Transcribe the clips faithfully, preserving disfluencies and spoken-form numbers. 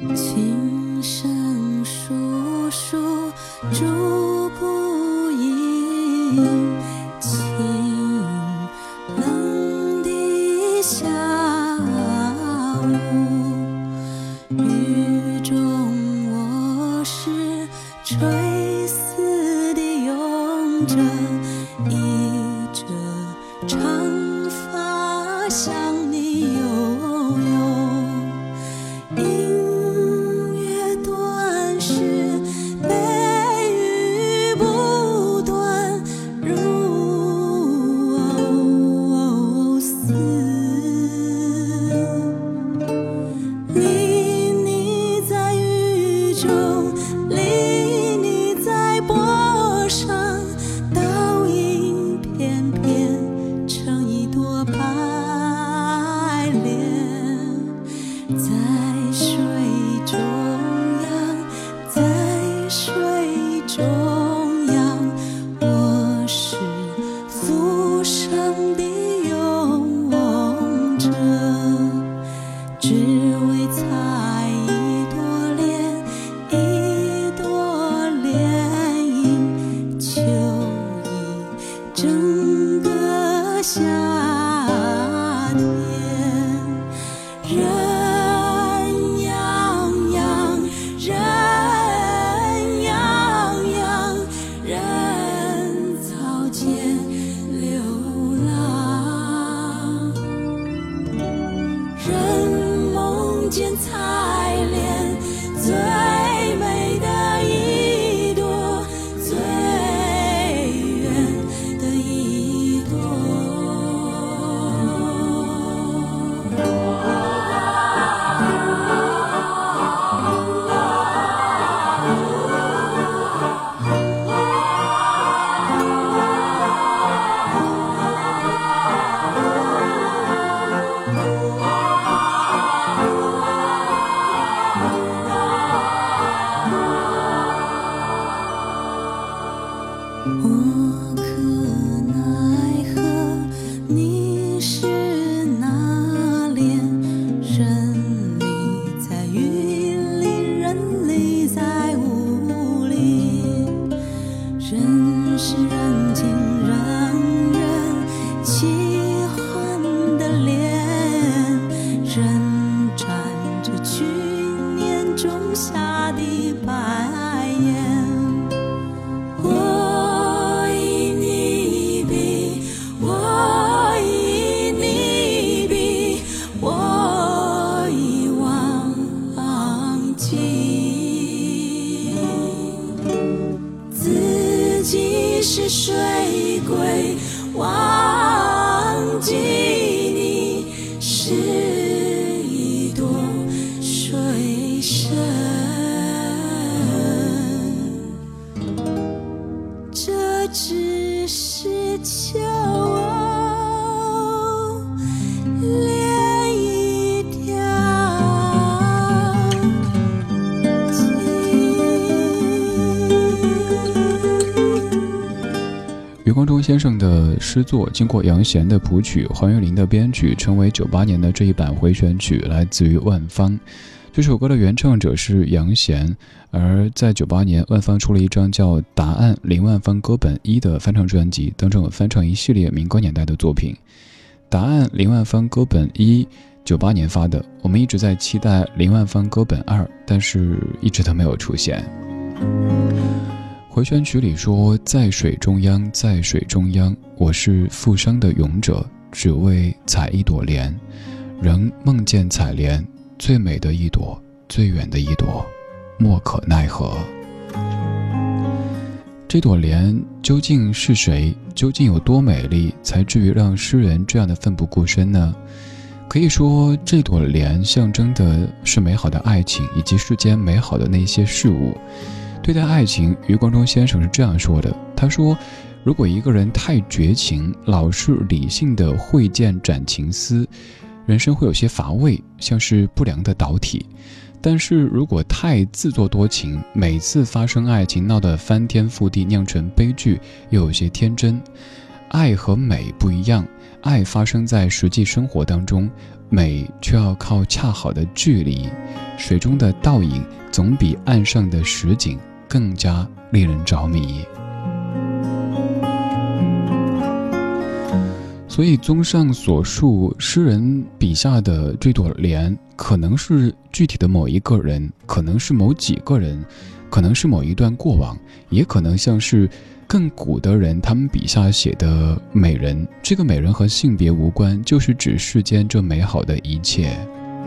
琴声疏疏竹不应，清冷的下午，雨中我是垂死的拥着一遮长发向你悠悠，音乐断时悲雨不断如丝，离你在雨中，离你在波上，倒影翩翩成一朵白莲，在水中央，在水中央，我是浮上的拥者，只为采一朵莲，一朵莲影，秋意整个夏天。人洋洋，人洋洋，人草间流浪，人梦见采莲，最美的一朵，最远的一朵。我可奈何你是那莲，人离在雨里，人离在雾里，人是人情人缘奇幻的脸，人沾着去年种下的白烟。我以你比，我以你比，我已忘记自己是水鬼，忘记你是一朵水神。这只是秋莲一条余光中先生的诗作经过杨弦的谱曲、黄韵玲的编曲，成为九八年的这一版回旋曲，来自于万芳。这首歌的原唱者是杨弦，而在九八年，万芳出了一张叫《答案林万芳歌本一》的翻唱专辑，当中有翻唱一系列民歌年代的作品。《答案林万芳歌本一》九八年发的，我们一直在期待林万芳歌本二，但是一直都没有出现。回旋曲里说，在水中央，在水中央，我是负伤的勇者，只为采一朵莲，仍梦见采莲，最美的一朵，最远的一朵，莫可奈何。这朵莲究竟是谁？究竟有多美丽，才至于让诗人这样的奋不顾身呢？可以说，这朵莲象征的是美好的爱情，以及世间美好的那些事物。对待爱情，余光中先生是这样说的，他说，如果一个人太绝情，老是理性的挥剑斩情丝，人生会有些乏味，像是不良的导体。但是如果太自作多情，每次发生爱情闹得翻天覆地，酿成悲剧，又有些天真。 爱和美不一样，爱发生在实际生活当中，美却要靠恰好的距离。水中的倒影总比岸上的实景更加令人着迷。所以综上所述，诗人笔下的这朵莲可能是具体的某一个人，可能是某几个人，可能是某一段过往，也可能像是更古的人他们笔下写的美人。这个美人和性别无关，就是指世间这美好的一切。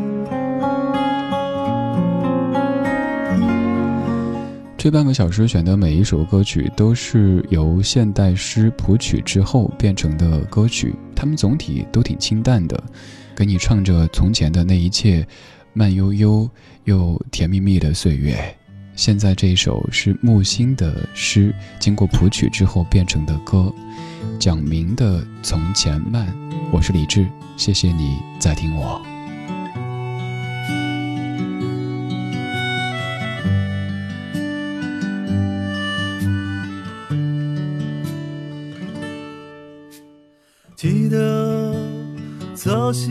这半个小时选的每一首歌曲都是由现代诗谱曲之后变成的歌曲，它们总体都挺清淡的，给你唱着从前的那一切，慢悠悠又甜蜜蜜的岁月。现在这一首是木心的诗，经过谱曲之后变成的歌，蒋明的《从前慢》。我是李志，谢谢你在听我。 记得早先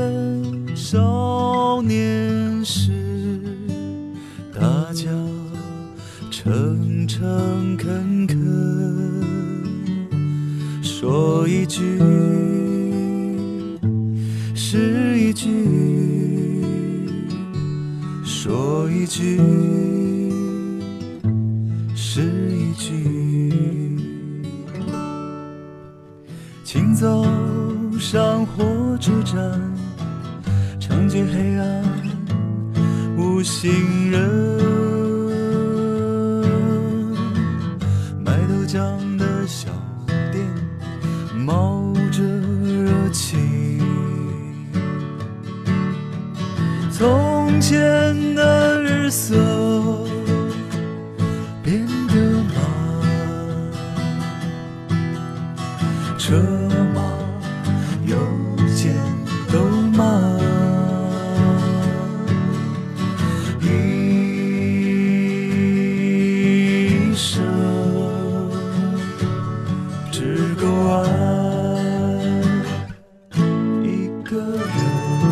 少年时，大家诚诚恳恳，说一句是一句，说一句是一句。清早上火车站，长街黑暗无行人，卖豆浆的小店冒着热气。从前的日色变得慢，车马邮件都慢，一生只够爱一个人。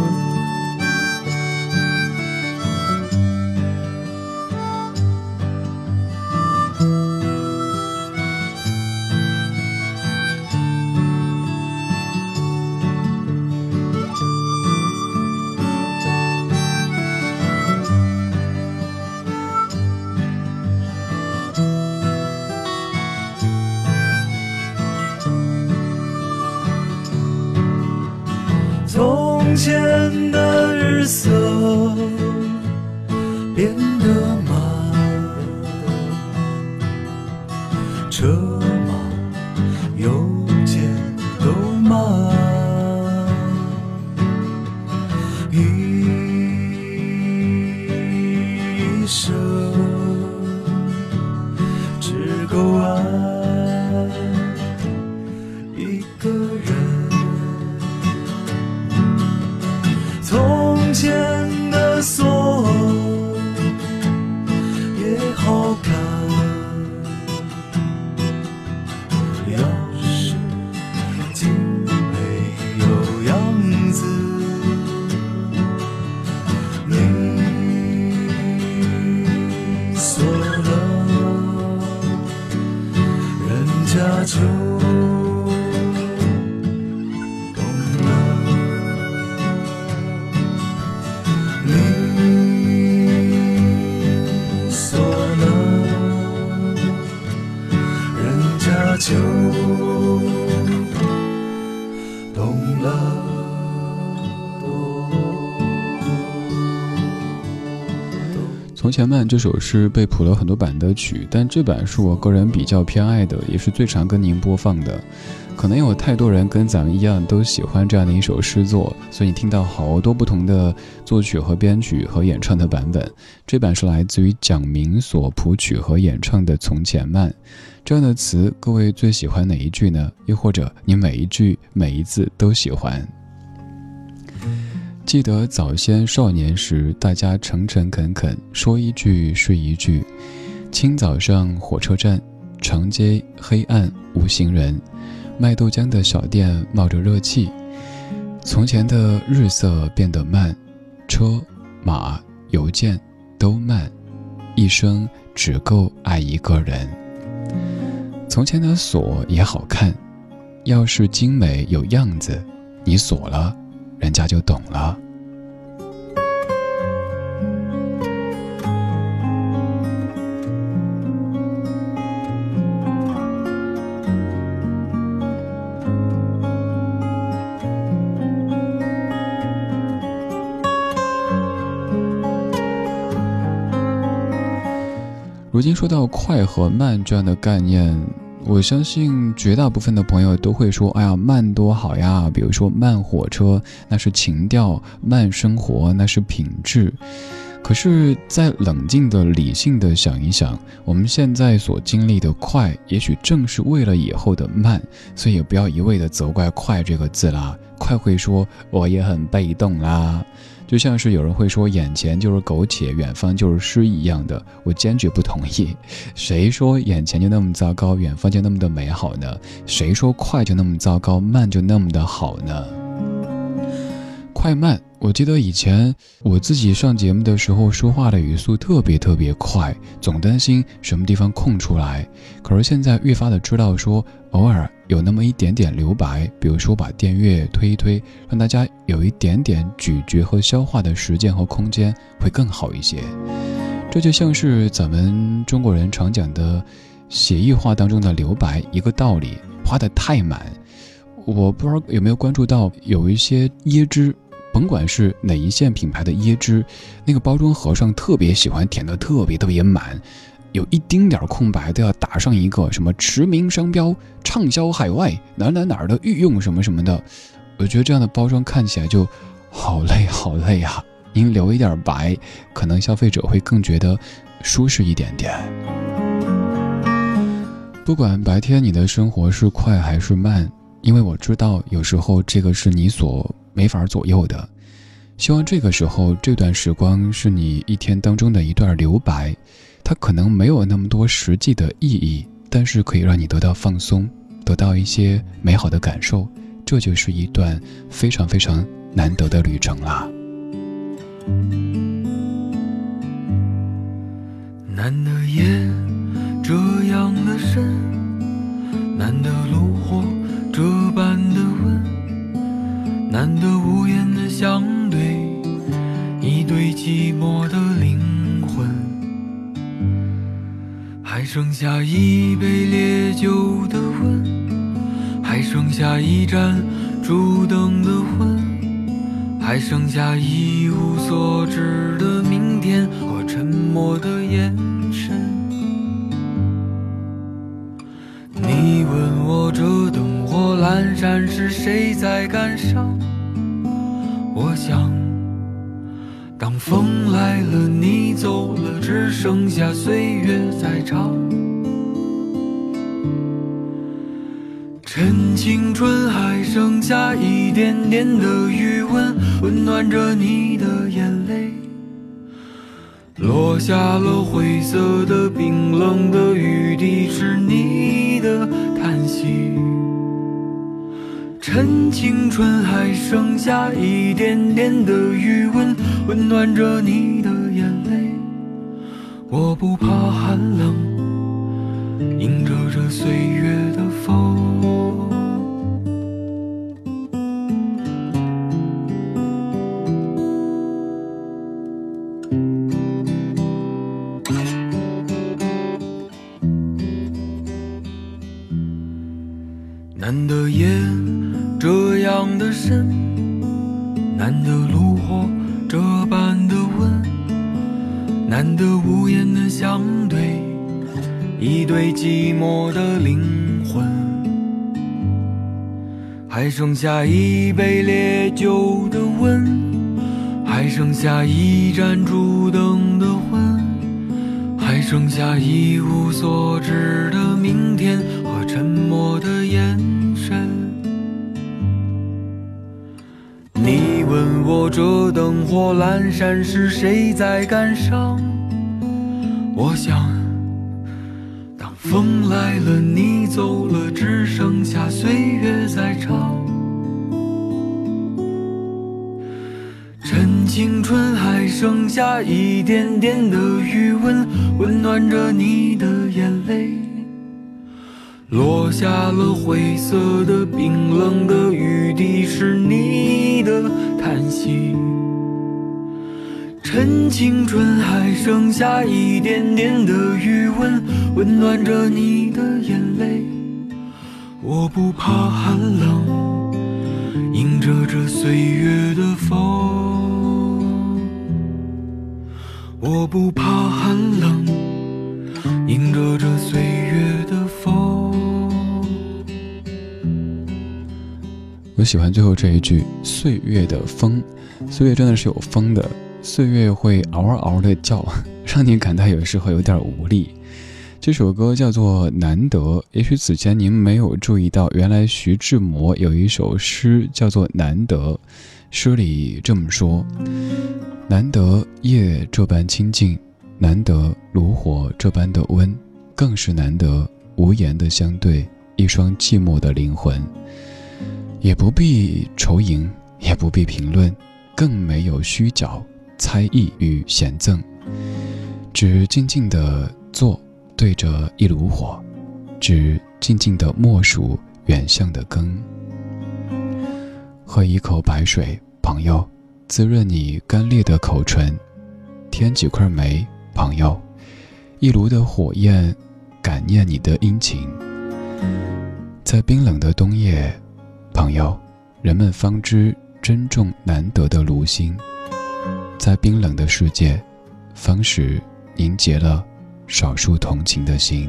从前的日色变得慢，车马邮件都慢，一生只够爱一个人。从前的锁也好看，钥匙竟没有样子，你锁了，人家就就懂了。 从前慢这首诗被谱了很多版的曲，但这版是我个人比较偏爱的，也是最常跟您播放的。可能有太多人跟咱们一样都喜欢这样的一首诗作，所以你听到好多不同的作曲和编曲和演唱的版本。这版是来自于蒋明所谱曲和演唱的《从前慢》。这样的词，各位最喜欢哪一句呢？又或者你每一句每一字都喜欢？记得早先少年时，大家诚诚恳恳，说一句是一句。清早上火车站，长街黑暗无行人， 卖豆浆的小店冒着热气。从前的日色变得慢，车马邮件都慢，一生只够爱一个人。从前的锁也好看，要是精美有样子，你锁了，人家就懂了。如今说到快和慢这样的概念，我相信绝大部分的朋友都会说，哎呀，慢多好呀，比如说慢火车那是情调，慢生活那是品质。可是再冷静的理性的想一想，我们现在所经历的快，也许正是为了以后的慢，所以也不要一味的责怪快这个字啦。快会说我也很被动啦，就像是有人会说眼前就是苟且，远方就是诗一样的，我坚决不同意。谁说眼前就那么糟糕，远方就那么的美好呢？谁说快就那么糟糕，慢就那么的好呢？快慢，我记得以前我自己上节目的时候说话的语速特别特别快，总担心什么地方空出来。可是现在越发的知道说，偶尔有那么一点点留白，比如说把电乐推一推，让大家有一点点咀嚼和消化的时间和空间会更好一些。这就像是咱们中国人常讲的写意话当中的留白一个道理，画得太满。我不知道有没有关注到有一些椰汁，甭管是哪一线品牌的椰汁，那个包装盒上特别喜欢填得特别特别满，有一丁点空白都要打上一个什么驰名商标，畅销海外，哪哪哪的御用什么什么的。我觉得这样的包装看起来就好累好累啊！您留一点白，可能消费者会更觉得舒适一点点。不管白天你的生活是快还是慢，因为我知道有时候这个是你所没法左右的。希望这个时候这段时光是你一天当中的一段留白，它可能没有那么多实际的意义，但是可以让你得到放松，得到一些美好的感受，这就是一段非常非常难得的旅程啦。 难得夜这样的深，难得炉火这般的温，难得无言的相对，一对寂寞的灵魂。还剩下一杯烈酒的温，还剩下一盏烛灯的昏，还剩下一无所知的明天和沉默的眼神。你问我这灯火阑珊是谁在感伤，我想当风来了你走了，只剩下岁月在唱。趁青春还剩下一点点的余温，温暖着你的眼泪，落下了灰色的冰冷的雨滴，是你的叹息。趁青春还剩下一点点的余温，温暖着你的眼泪，我不怕寒冷，迎着这岁月的风。难得夜这样的深，难得炉火这般的温，难得无言的相对，一对寂寞的灵魂。还剩下一杯烈酒的温，还剩下一盏烛灯的昏，还剩下一无所知的明天和沉默的眼神。你问我这灯火阑珊是谁在感伤，我想当风来了，你走了，只剩下岁月在唱。趁青春还剩下一点点的余温，温暖着你的眼泪。落下了灰色的冰冷的雨滴，是你的叹息。趁青春还剩下一点点的余温，温暖着你的眼泪。我不怕寒冷，迎着这岁月的风。我不怕寒冷，迎着这岁月的风。 我喜欢最后这一句，岁月的风。岁月真的是有风的，岁月会嗷嗷的叫，让你感到有时候有点无力。这首歌叫做《难得》，也许此前您没有注意到，原来徐志摩有一首诗叫做《难得》，诗里这么说：难得夜这般清静，难得炉火这般的温，更是难得无言的相对，一双寂寞的灵魂。也不必酬迎，也不必评论，更没有虚假、猜疑与嫌赠，只静静地坐，对着一炉火，只静静地默数远向的羹。喝一口白水，朋友，滋润你干裂的口唇；添几块煤，朋友，一炉的火焰，感念你的殷勤。在冰冷的冬夜，朋友，人们方知珍重难得的炉心，在冰冷的世界，方使凝结了少数同情的心。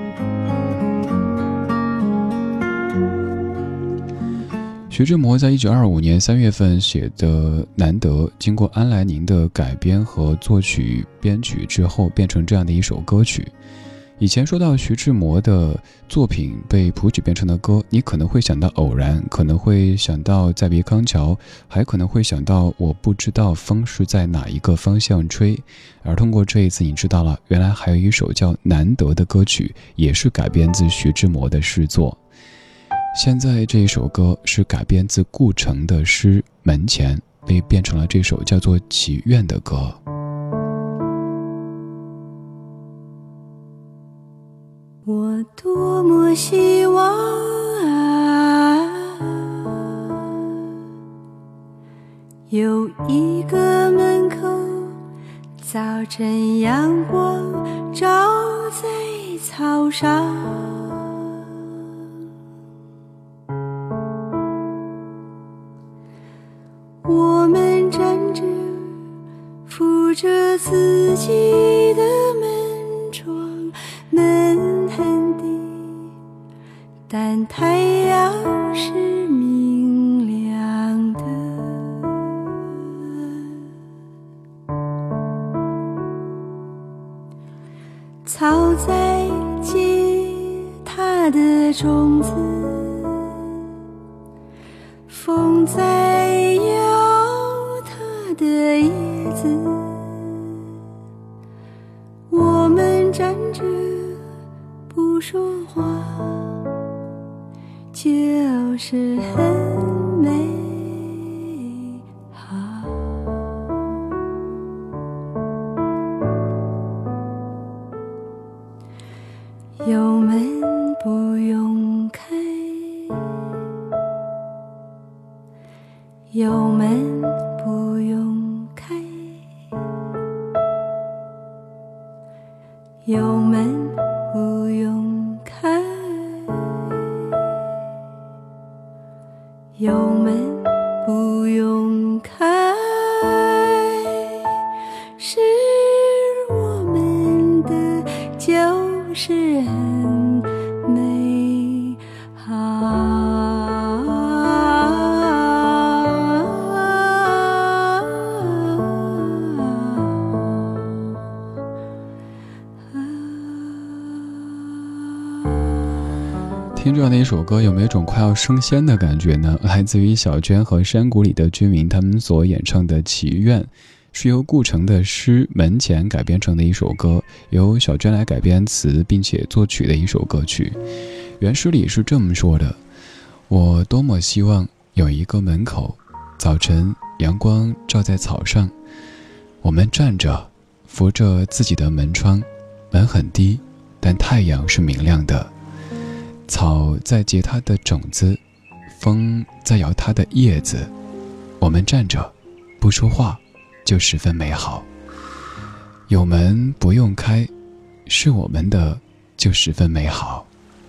徐志摩在一九二五年三月份写的《难得》，经过安来宁的改编和作曲编曲之后，变成这样的一首歌曲。以前说到徐志摩的作品被谱曲变成的歌，你可能会想到偶然，可能会想到在别康桥，还可能会想到我不知道风是在哪一个方向吹。而通过这一次，你知道了，原来还有一首叫《难得》的歌曲，也是改编自徐志摩的诗作。现在这一首歌是改编自顾城的诗《门前》，被变成了这首叫做《祈愿》的歌。 我多么希望啊，有一个门口，早晨阳光照在草上，我们站着扶着自己的门窗，闷很低，但太阳是明亮的。草在结它的种子，风在摇它的叶子，我们站着不说话，就是很美好。有门不用开，有门不用开，有门不用开，有门不用开，是我们的就是很美好。 听这样的一首歌，有没有一种快要升仙的感觉呢？来自于小娟和山谷里的居民他们所演唱的《祈愿》。 是由顾城的诗《门前》改编成的一首歌，由小娟来改编词并且作曲的一首歌曲。原诗里是这么说的：我多么希望有一个门口，早晨阳光照在草上，我们站着扶着自己的门窗，门很低，但太阳是明亮的，草在结它的种子，风在摇它的叶子，我们站着不说话就十分美好。有门不用开，是我们的就十分美好。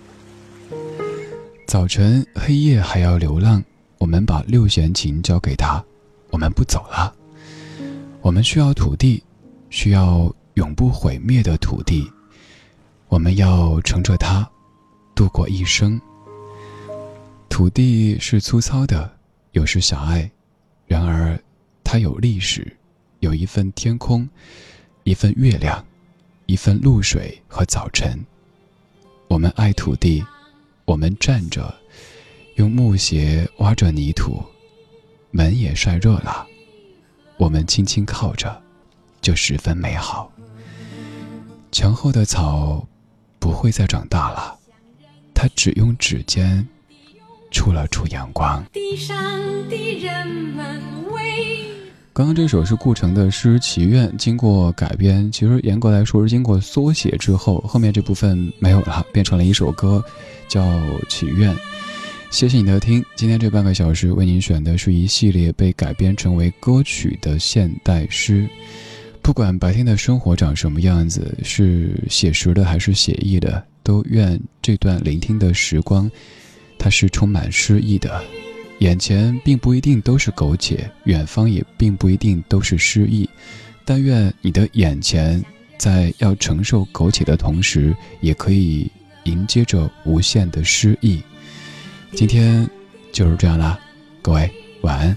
早晨黑夜还要流浪，我们把六弦琴交给他，我们不走了。我们需要土地，需要永不毁灭的土地，我们要乘着它度过一生。土地是粗糙的，有时狭隘，然而它有历史，有一份天空，一份月亮，一份露水和早晨。我们爱土地，我们站着用木鞋挖着泥土，门也晒热了，我们轻轻靠着就十分美好。墙后的草不会再长大了，它只用指尖触了触阳光。 地上的人们为刚刚这首是顾城的诗《祈愿》，经过改编，其实严格来说是经过缩写之后，后面这部分没有了，变成了一首歌，叫《祈愿》。谢谢你的听，今天这半个小时为您选的是一系列被改编成为歌曲的现代诗。不管白天的生活长什么样子，是写实的还是写意的，都愿这段聆听的时光，它是充满诗意的。眼前并不一定都是苟且，远方也并不一定都是诗意，但愿你的眼前在要承受苟且的同时，也可以迎接着无限的诗意。今天就是这样啦，各位晚安。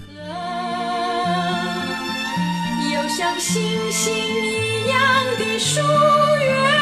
有像星星一样的疏远，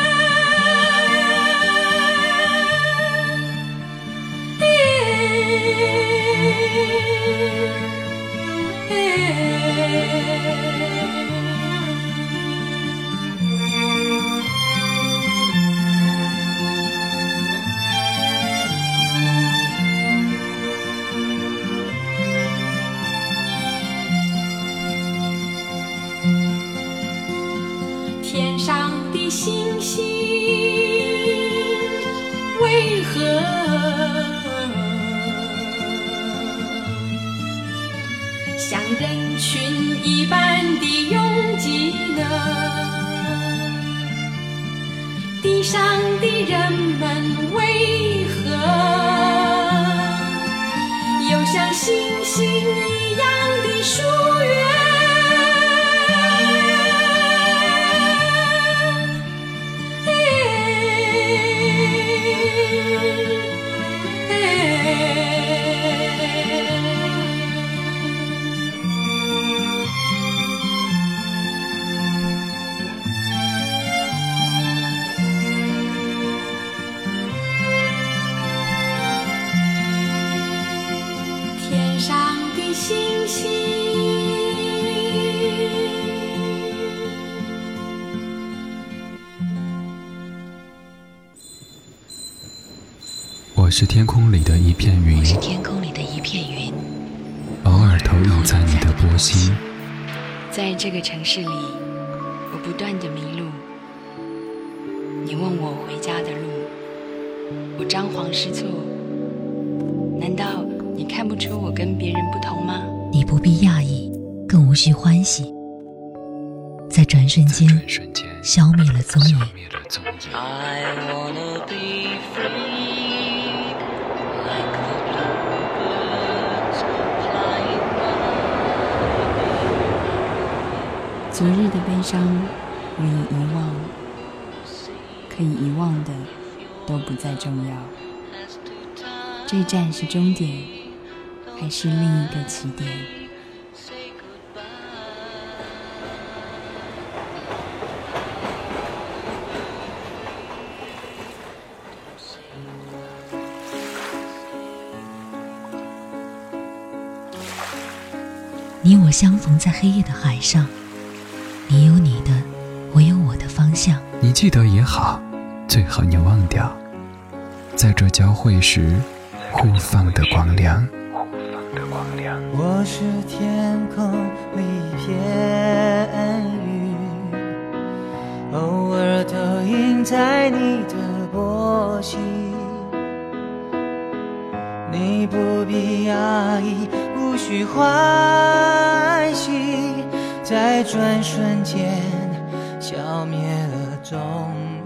天上的星星为何像人群一般的拥挤呢？地上的人们为何又像星星一样的疏远？天上的星星， 我是天空里的一片云， 我是天空里的一片云， 偶尔投影在你的波心。 在这个城市里，我不断地迷路。你问我回家的路，我张皇失措。难道你看不出我跟别人不同吗？ 你不必讶异，更无需欢喜。在转瞬间，消灭了踪影。 I wanna be free, like the bluebirds flying by. 昨日的悲伤予以遗忘，可以遗忘的都不再重要。这一站是终点，还是另一个起点？ 你我相逢在黑夜的海上，你有你的，我有我的方向。 你记得也好，最好你忘掉，在这交汇时互放的光亮。 我是天空里一片云，偶尔投影在你的波心，你不必压抑，无需欢喜，在转瞬间消灭了踪